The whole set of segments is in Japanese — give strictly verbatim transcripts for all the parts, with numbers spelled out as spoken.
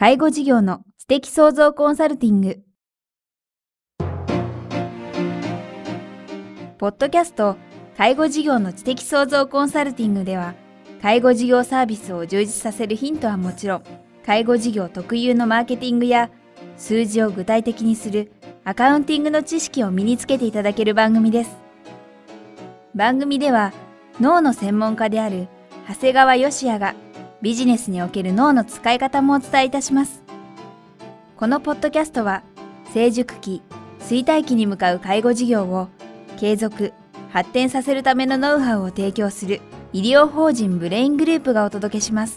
介護事業の知的創造コンサルティング。ポッドキャスト介護事業の知的創造コンサルティングでは、介護事業サービスを充実させるヒントはもちろん、介護事業特有のマーケティングや数字を具体的にするアカウンティングの知識を身につけていただける番組です。番組では脳の専門家である長谷川芳也がビジネスにおける脳の使い方もお伝えいたします。このポッドキャストは成熟期、衰退期に向かう介護事業を継続、発展させるためのノウハウを提供する医療法人ブレイングループがお届けします。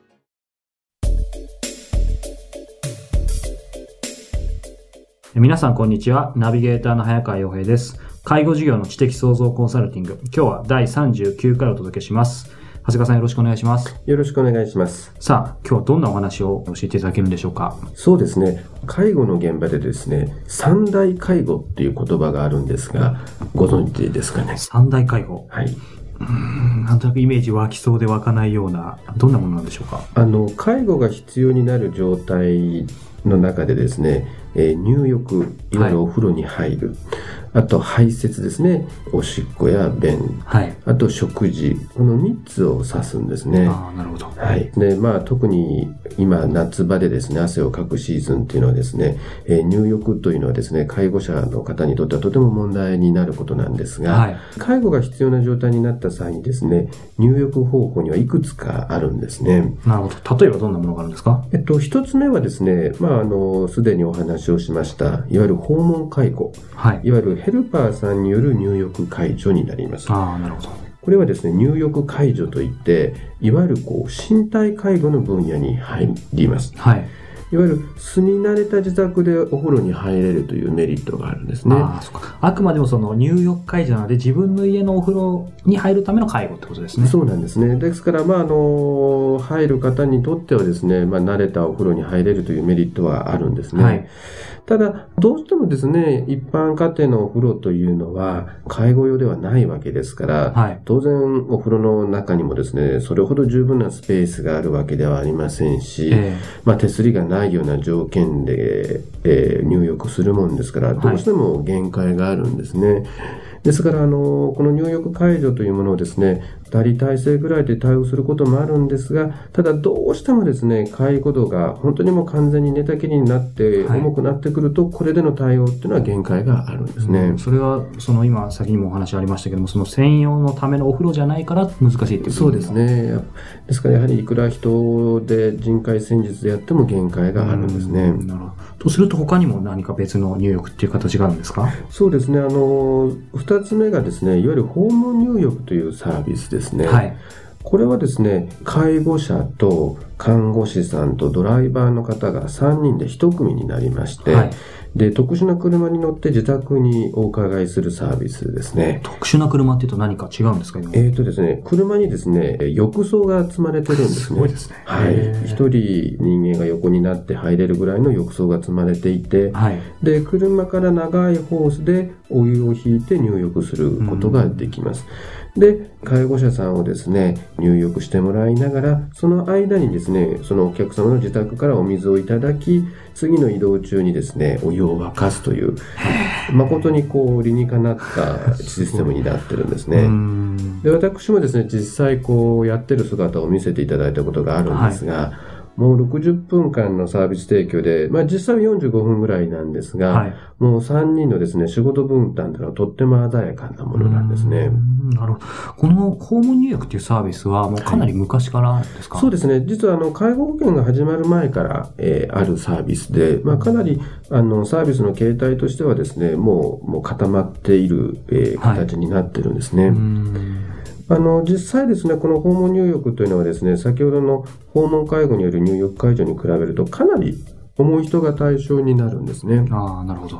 皆さんこんにちは。ナビゲーターの早川洋平です。介護事業の知的創造コンサルティング、今日はだいさんじゅうきゅうかいをお届けします。長谷川さん、よろしくお願いします。 よろしくお願いします。 さあ、今日はどんなお話を教えていただけるんでしょうか。 そうですね、介護の現場でですね、三大介護っていう言葉があるんですが、ご存知ですかね。 三大介護、 はい、 うーんなんとなくイメージ湧きそうで湧かないような、どんなものなんでしょうか。 あの介護が必要になる状態の中でですね、えー、入浴、いわゆるお風呂に入る、はい、あと排泄ですね、おしっこや便、はい、あと食事、このみっつを指すんですね。 ああ、なるほど。 はいでまあ、特に今夏場でですね、汗をかくシーズンっていうのはですね、えー、入浴というのはですね、介護者の方にとってはとても問題になることなんですが、はい、介護が必要な状態になった際にですね、入浴方法にはいくつかあるんですね。 なるほど。例えばどんなものがあるんですか。 えっと、一つ目はですね、まあ、あの、すでにお話をしました、いわゆる訪問介護、はい、いわゆるヘルパーさんによる入浴介助になります。 ああ、なるほど。 これはですね、入浴介助といって、いわゆるこう身体介護の分野に入ります。はい。いわゆる住み慣れた自宅でお風呂に入れるというメリットがあるんですね。 ああ、そうか。あくまでもその入浴介助なので、自分の家のお風呂に入るための介護ってことですね。 そうなんですね。ですから、まあ、あの、入る方にとってはですね、まあ、慣れたお風呂に入れるというメリットはあるんですね。はい。ただ、どうしてもですね、一般家庭のお風呂というのは介護用ではないわけですから、はい、当然お風呂の中にもですね、それほど十分なスペースがあるわけではありませんし、えーまあ、手すりがないような条件で、えー、入浴するもんですから、どうしても限界があるんですね。はい、ですから、あの、この入浴介助というものをですね、ふたり体制ぐらいで対応することもあるんですが、ただどうしてもですね、介護度が本当にもう完全に寝たきりになって重くなってくると、はい、これでの対応っていうのは限界があるんですね。 うん、それは、その今先にもお話ありましたけども、その専用のためのお風呂じゃないから難しいっていうことですか。 そうですね。ですからやはりいくら人で人海戦術でやっても限界があるんですね。 なるほど。とすると他にも何か別の入浴っていう形があるんですか。 そうですね。あの、二つ目がですね、いわゆる訪問入浴というサービスですね。はい。これはですね、介護者と看護師さんとドライバーの方がさんにんでいち組になりまして、はい、で特殊な車に乗って自宅にお伺いするサービスですね。 特殊な車っていうと何か違うんですか。 えーとですね、車にですね、浴槽が積まれてるんですね。 すごいですね。 はい。一人人間が横になって入れるぐらいの浴槽が積まれていて、はい、で車から長いホースでお湯を引いて入浴することができます。うん、で介護者さんをですね、入浴してもらいながら、その間にですね、そのお客様の自宅からお水をいただき、次の移動中にですね、お湯を沸かすという、誠にこう理にかなったシステムになってるんですね。で、私もですね、実際こうやってる姿を見せていただいたことがあるんですが、はい、もうろくじゅっぷんかんのサービス提供で、まあ実際はよんじゅうごふんぐらいなんですが、はい、もうさんにんのですね、仕事分担というのはとっても鮮やかなものなんですね。 なるほど。この訪問入浴というサービスはもうかなり昔からですか。はい、 そうですね。実はあの介護保険が始まる前から、えー、あるサービスで、まあ、かなりあのサービスの形態としてはですね、もうもう固まっている、えー、形になってるんですね。はい、あの実際ですね、この訪問入浴というのはですね、先ほどの訪問介護による入浴介助に比べるとかなり重い人が対象になるんですね。 ああ、なるほど。 はい。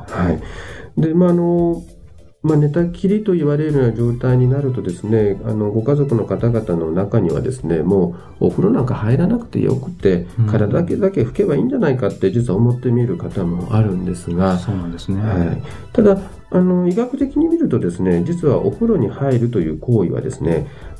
で、まああのまあ、寝たきりと言われるような状態になるとですね、あのご家族の方々の中にはですね、もうお風呂なんか入らなくてよくて、うん、体だけだけ拭けばいいんじゃないかって実は思ってみる方もあるんですが、 そうなんですね。 はい、ただあの医学的に見るとですね、実はお風呂に入るという行為はですね、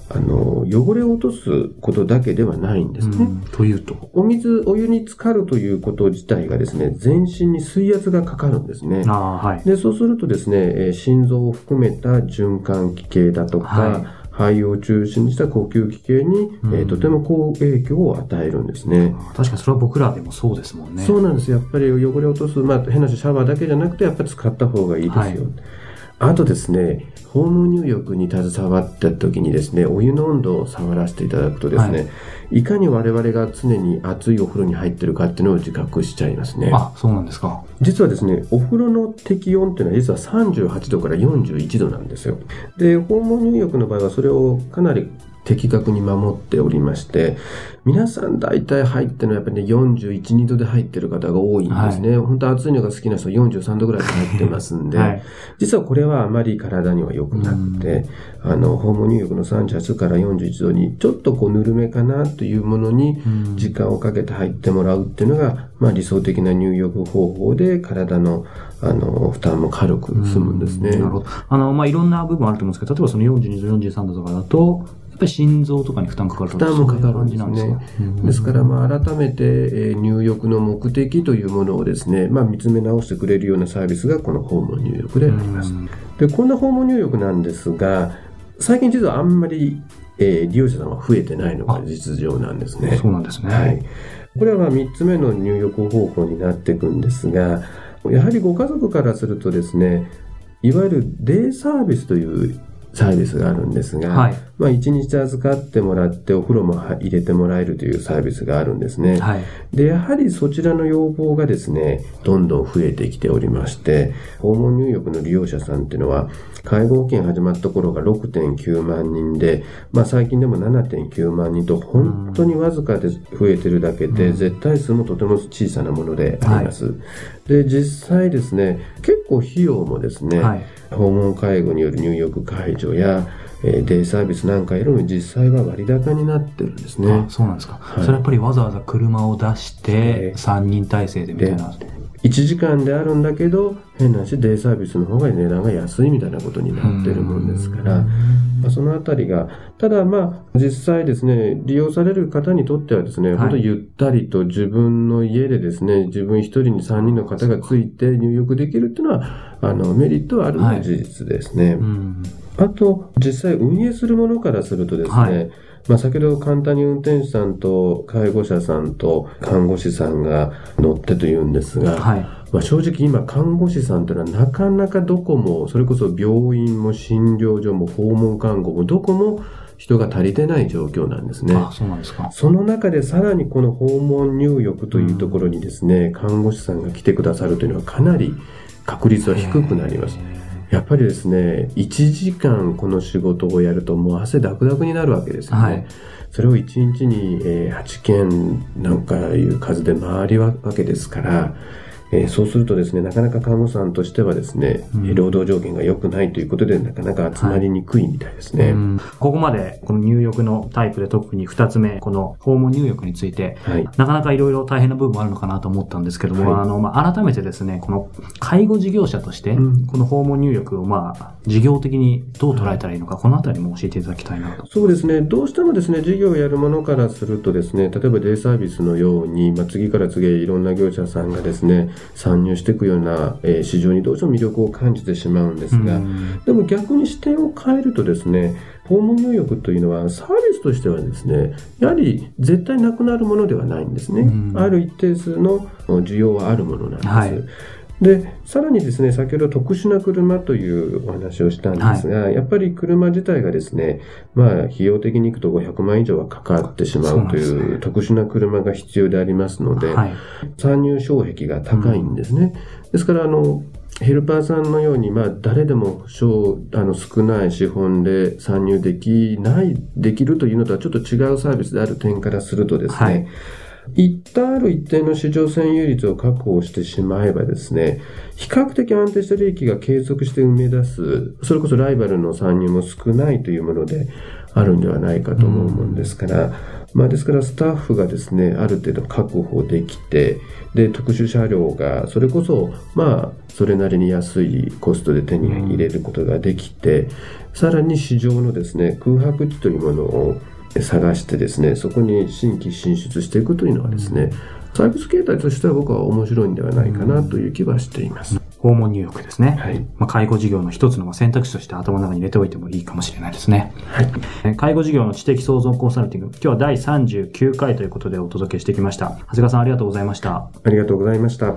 あの、汚れを落とすことだけではないんですね。 うん、というとお水、お湯に浸かるということ自体がですね、全身に水圧がかかるんですね。 あ、はい、 で、そうするとですね、えー、心臓を含めた循環器系だとか、はい、肺を中心にした呼吸器系に、うん、えー、とても好影響を与えるんですね。 確かにそれは僕らでもそうですもんね。 そうなんです。やっぱり汚れを落とす、まあ、変な話、シャワーだけじゃなくて、やっぱり使った方がいいですよ。はい、あとですね、訪問入浴に携わった時にですね、お湯の温度を触らせていただくとですね、はい、いかに我々が常に熱いお風呂に入ってるかっていうのを自覚しちゃいますね。 あ、そうなんですか。 実はですね、お風呂の適温っていうのは実はさんじゅうはちどからよんじゅういちどなんですよ。で、訪問入浴の場合はそれをかなり的確に守っておりまして、皆さん大体入ってるのはやっぱりね、よんじゅういち、にどで入ってる方が多いんですね。はい、本当暑いのが好きな人はよんじゅうさんどぐらいで入ってますんで、はい、実はこれはあまり体には良くなくて、あの、訪問入浴のさんじゅうはちからよんじゅういちどにちょっとこうぬるめかなというものに時間をかけて入ってもらうっていうのが、まあ理想的な入浴方法で体のあの、負担も軽く済むんですね。 なるほど。あの、まあいろんな部分あると思うんですけど、例えばそのよんじゅうにど、よんじゅうさんどとかだと、やっぱり心臓とかに負担かかると負担もかかるんですね。ですから、まあ、改めて、えー、入浴の目的というものをですね、まあ、見つめ直してくれるようなサービスがこの訪問入浴であります。で、こんな訪問入浴なんですが、最近実はあんまり、えー、利用者さんは増えてないのが実情なんですね。 そうなんですね。 はい。これはまあみっつめの入浴方法になっていくんですが、やはりご家族からするとですね、いわゆるデイサービスというサービスがあるんですが、はい、まあ一日預かってもらってお風呂も入れてもらえるというサービスがあるんですね。はい、で、やはりそちらの要望がですね、どんどん増えてきておりまして、訪問入浴の利用者さんっていうのは、介護保険始まった頃が ろくてんきゅうまんにんで、まあ最近でも ななてんきゅうまんにんと本当にわずかで増えてるだけで、絶対数もとても小さなものであります。はい、で、実際ですね、結構費用もですね、はい、訪問介護による入浴介助や、えー、デイサービスなんかよりも実際は割高になってるんですね。 あ、そうなんですか。はい、それやっぱりわざわざ車を出してさんにん体制でみたいな。 いちじかんであるんだけど、変な話、デイサービスの方が値段が安いみたいなことになってるもんですから、まあ、そのあたりが、ただまあ、実際ですね、利用される方にとってはですね、はい、本当にゆったりと自分の家でですね、自分一人にさんにんの方がついて入浴できるっていうのは、あの、メリットはあるのは事実ですね。はい、あと、実際運営するものからするとですね、はい、まあ、先ほど簡単に運転手さんと介護者さんと看護師さんが乗ってというんですが、はい、まあ、正直今看護師さんというのはなかなかどこも、それこそ病院も診療所も訪問看護もどこも人が足りてない状況なんですね。 あ、そうなんですか。 その中でさらにこの訪問入浴というところにですね、うん、看護師さんが来てくださるというのはかなり確率は低くなります。やっぱりですね、いちじかんこの仕事をやるともう汗ダクダクになるわけですよね。はい、それをいちにちにはちけんなんかいう数で回るわけですから、えー、そうするとですね、なかなか看護師さんとしてはですね、うん、労働条件が良くないということでなかなか集まりにくいみたいですね。はい、うん、 ここまでこの入浴のタイプで特にふたつめ、この訪問入浴について、はい、なかなかいろいろ大変な部分もあるのかなと思ったんですけども、はい、あの、まあ、改めてですね、この介護事業者として、うん、この訪問入浴をまあ、事業的にどう捉えたらいいのか、このあたりも教えていただきたいなと。 そうですね、どうしてもですね、事業をやるものからするとですね、例えばデイサービスのように、まあ、次から次へいろんな業者さんがですね、参入していくような、えー、市場にどうしても魅力を感じてしまうんですが、でも逆に視点を変えるとですね、訪問入浴というのはサービスとしてはですね、やはり絶対なくなるものではないんですね。ある一定数の需要はあるものなんです。はい、で、さらにですね、先ほど特殊な車というお話をしたんですが、はい、やっぱり車自体がですね、まあ、費用的にいくとごひゃくまん以上はかかってしまうという特殊な車が必要でありますので、はい、参入障壁が高いんですね。うん、ですから、あの、ヘルパーさんのように、まあ、誰でも少あの少ない資本で参入できない、できるというのとはちょっと違うサービスである点からするとですね、はい、一旦ある一定の市場占有率を確保してしまえばですね、比較的安定した利益が継続して生み出す、それこそライバルの参入も少ないというものであるんではないかと思うもんですから、 まあ、ですからスタッフがですね、ある程度確保できて、で、特殊車両がそれこそ、まあ、それなりに安いコストで手に入れることができて、うん、さらに市場のですね、空白地というものを探してですね、そこに新規進出していくというのはですね、うん、サービス形態としては僕は面白いんではないかなという気はしています。 うん、訪問入浴ですね。はい。まあ、介護事業の一つの選択肢として頭の中に入れておいてもいいかもしれないですね。はい。介護事業の知的創造コンサルティング、今日はだいさんじゅうきゅうかいということでお届けしてきました。長谷川さんありがとうございました。 ありがとうございました。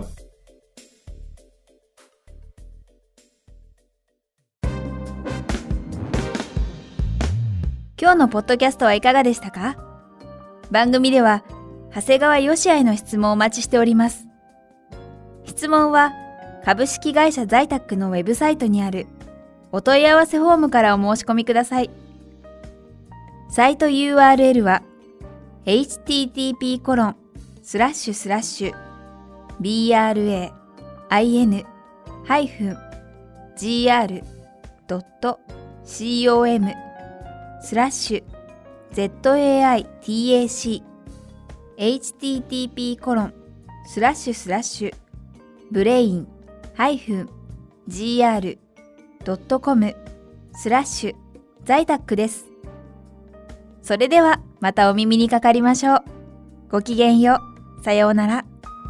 今日のポッドキャストはいかがでしたか？番組では長谷川よしあへの質問をお待ちしております。質問は株式会社在宅のウェブサイトにあるお問い合わせフォームからお申し込みください。サイト ユーアールエル は エイチティーティーピーコロンスラッシュスラッシュビーアールエーアイエヌハイフンジーアールドットコムスラッシュ ゼットエーアイティーエーシー エイチティーティーピーコロンスラッシュスラッシュブレインハイフンジーアールドットコムスラッシュ在宅です。それではまたお耳にかかりましょう。ごきげんよう。さようなら。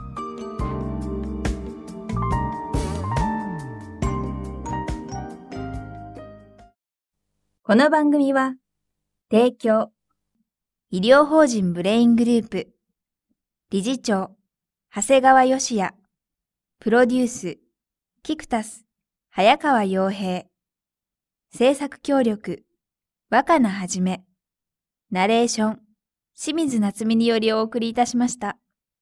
この番組は提供医療法人ブレイングループ理事長長谷川芳也プロデュースキクタス早川洋平制作協力若菜はじめナレーション清水夏美によりお送りいたしました。